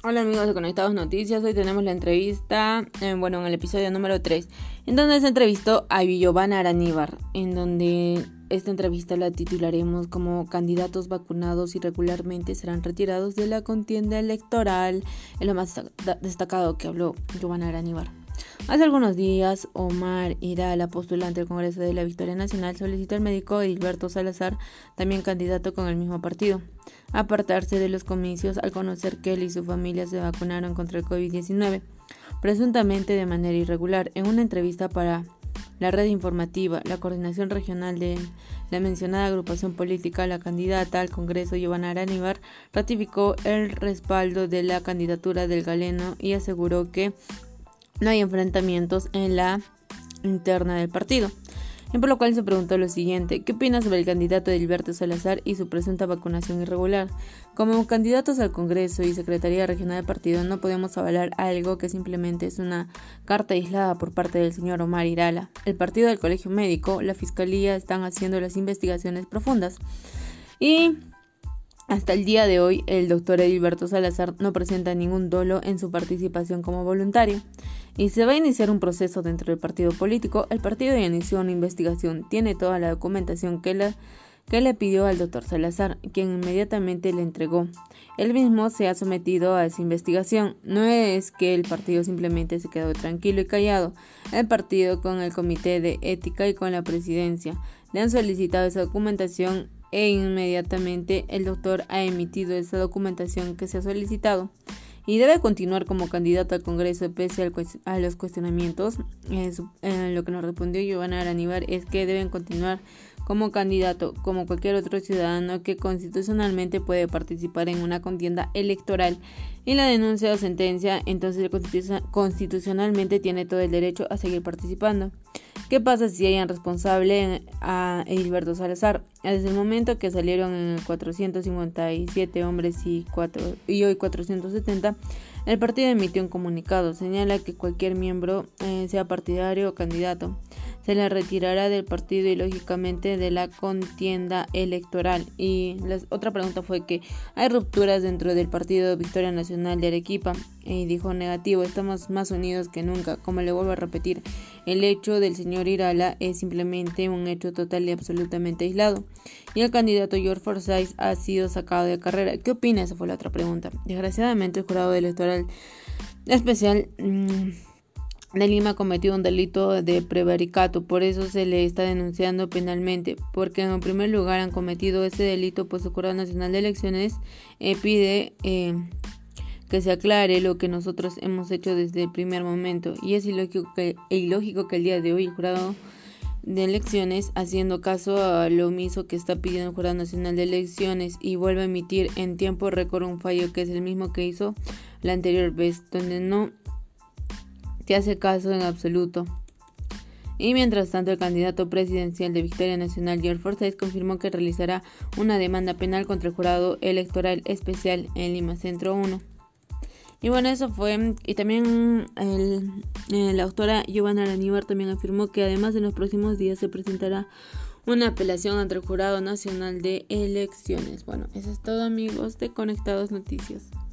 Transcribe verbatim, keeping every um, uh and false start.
Hola amigos de Conectados Noticias, hoy tenemos la entrevista, eh, bueno, en el episodio número tres, en donde se entrevistó a Giovanna Araníbar, en donde esta entrevista la titularemos como candidatos vacunados irregularmente serán retirados de la contienda electoral, es lo más destacado que habló Giovanna Araníbar. Hace algunos días, Omar Irala, postulante al Congreso de la Victoria Nacional, solicitó al médico Edilberto Salazar, también candidato con el mismo partido, apartarse de los comicios al conocer que él y su familia se vacunaron contra el covid diecinueve, presuntamente de manera irregular. En una entrevista para la red informativa, la coordinación regional de la mencionada agrupación política, la candidata al Congreso, Giovanna Araníbar, ratificó el respaldo de la candidatura del galeno y aseguró que no hay enfrentamientos en la interna del partido. Y por lo cual se preguntó lo siguiente: ¿qué opina sobre el candidato Edilberto Salazar y su presunta vacunación irregular? Como candidatos al Congreso y Secretaría Regional del partido no podemos avalar algo que simplemente es una carta aislada por parte del señor Omar Irala. El partido del Colegio Médico, la Fiscalía están haciendo las investigaciones profundas y hasta el día de hoy el doctor Edilberto Salazar no presenta ningún dolo en su participación como voluntario y se va a iniciar un proceso dentro del partido político. El partido ya inició una investigación, tiene toda la documentación que, la, que le pidió al doctor Salazar, quien inmediatamente le entregó. Él mismo se ha sometido a esa investigación. No es que el partido simplemente se quedó tranquilo y callado. El partido, con el comité de ética y con la presidencia, le han solicitado esa documentación e inmediatamente el doctor ha emitido esa documentación que se ha solicitado y debe continuar como candidato al Congreso pese al cuest- a los cuestionamientos. Eh, su- eh, lo que nos respondió Giovanna Araníbar es que deben continuar como candidato como cualquier otro ciudadano que constitucionalmente puede participar en una contienda electoral y la denuncia o sentencia, entonces constitu- constitucionalmente tiene todo el derecho a seguir participando. ¿Qué pasa si hayan responsable a Edilberto Salazar? Desde el momento que salieron cuatrocientos cincuenta y siete hombres y, cuatro, y hoy cuatrocientos setenta, el partido emitió un comunicado. Señala que cualquier miembro, eh, sea partidario o candidato, se le retirará del partido y lógicamente de la contienda electoral. Y la otra pregunta fue que hay rupturas dentro del partido Victoria Nacional de Arequipa y dijo negativo, estamos más unidos que nunca. Como le vuelvo a repetir, el hecho del señor Irala es simplemente un hecho total y absolutamente aislado y el candidato George Forsyth ha sido sacado de carrera. ¿Qué opina? Esa fue la otra pregunta. Desgraciadamente el jurado electoral especial mmm, de Lima cometió un delito de prevaricato, por eso se le está denunciando penalmente, porque en primer lugar han cometido ese delito, pues el Jurado Nacional de Elecciones eh, pide eh, que se aclare lo que nosotros hemos hecho desde el primer momento, y es ilógico que, ilógico que el día de hoy el Jurado de Elecciones, haciendo caso a lo omiso que está pidiendo el Jurado Nacional de Elecciones, y vuelve a emitir en tiempo récord un fallo que es el mismo que hizo la anterior vez, donde no te hace caso en absoluto. Y mientras tanto, el candidato presidencial de Victoria Nacional, George Forsyth, confirmó que realizará una demanda penal contra el Jurado Electoral Especial en Lima Centro uno. Y bueno, eso fue. Y también el, eh, la autora Giovanna Araníbar también afirmó que además en los próximos días se presentará una apelación ante el Jurado Nacional de Elecciones. Bueno, eso es todo, amigos de Conectados Noticias.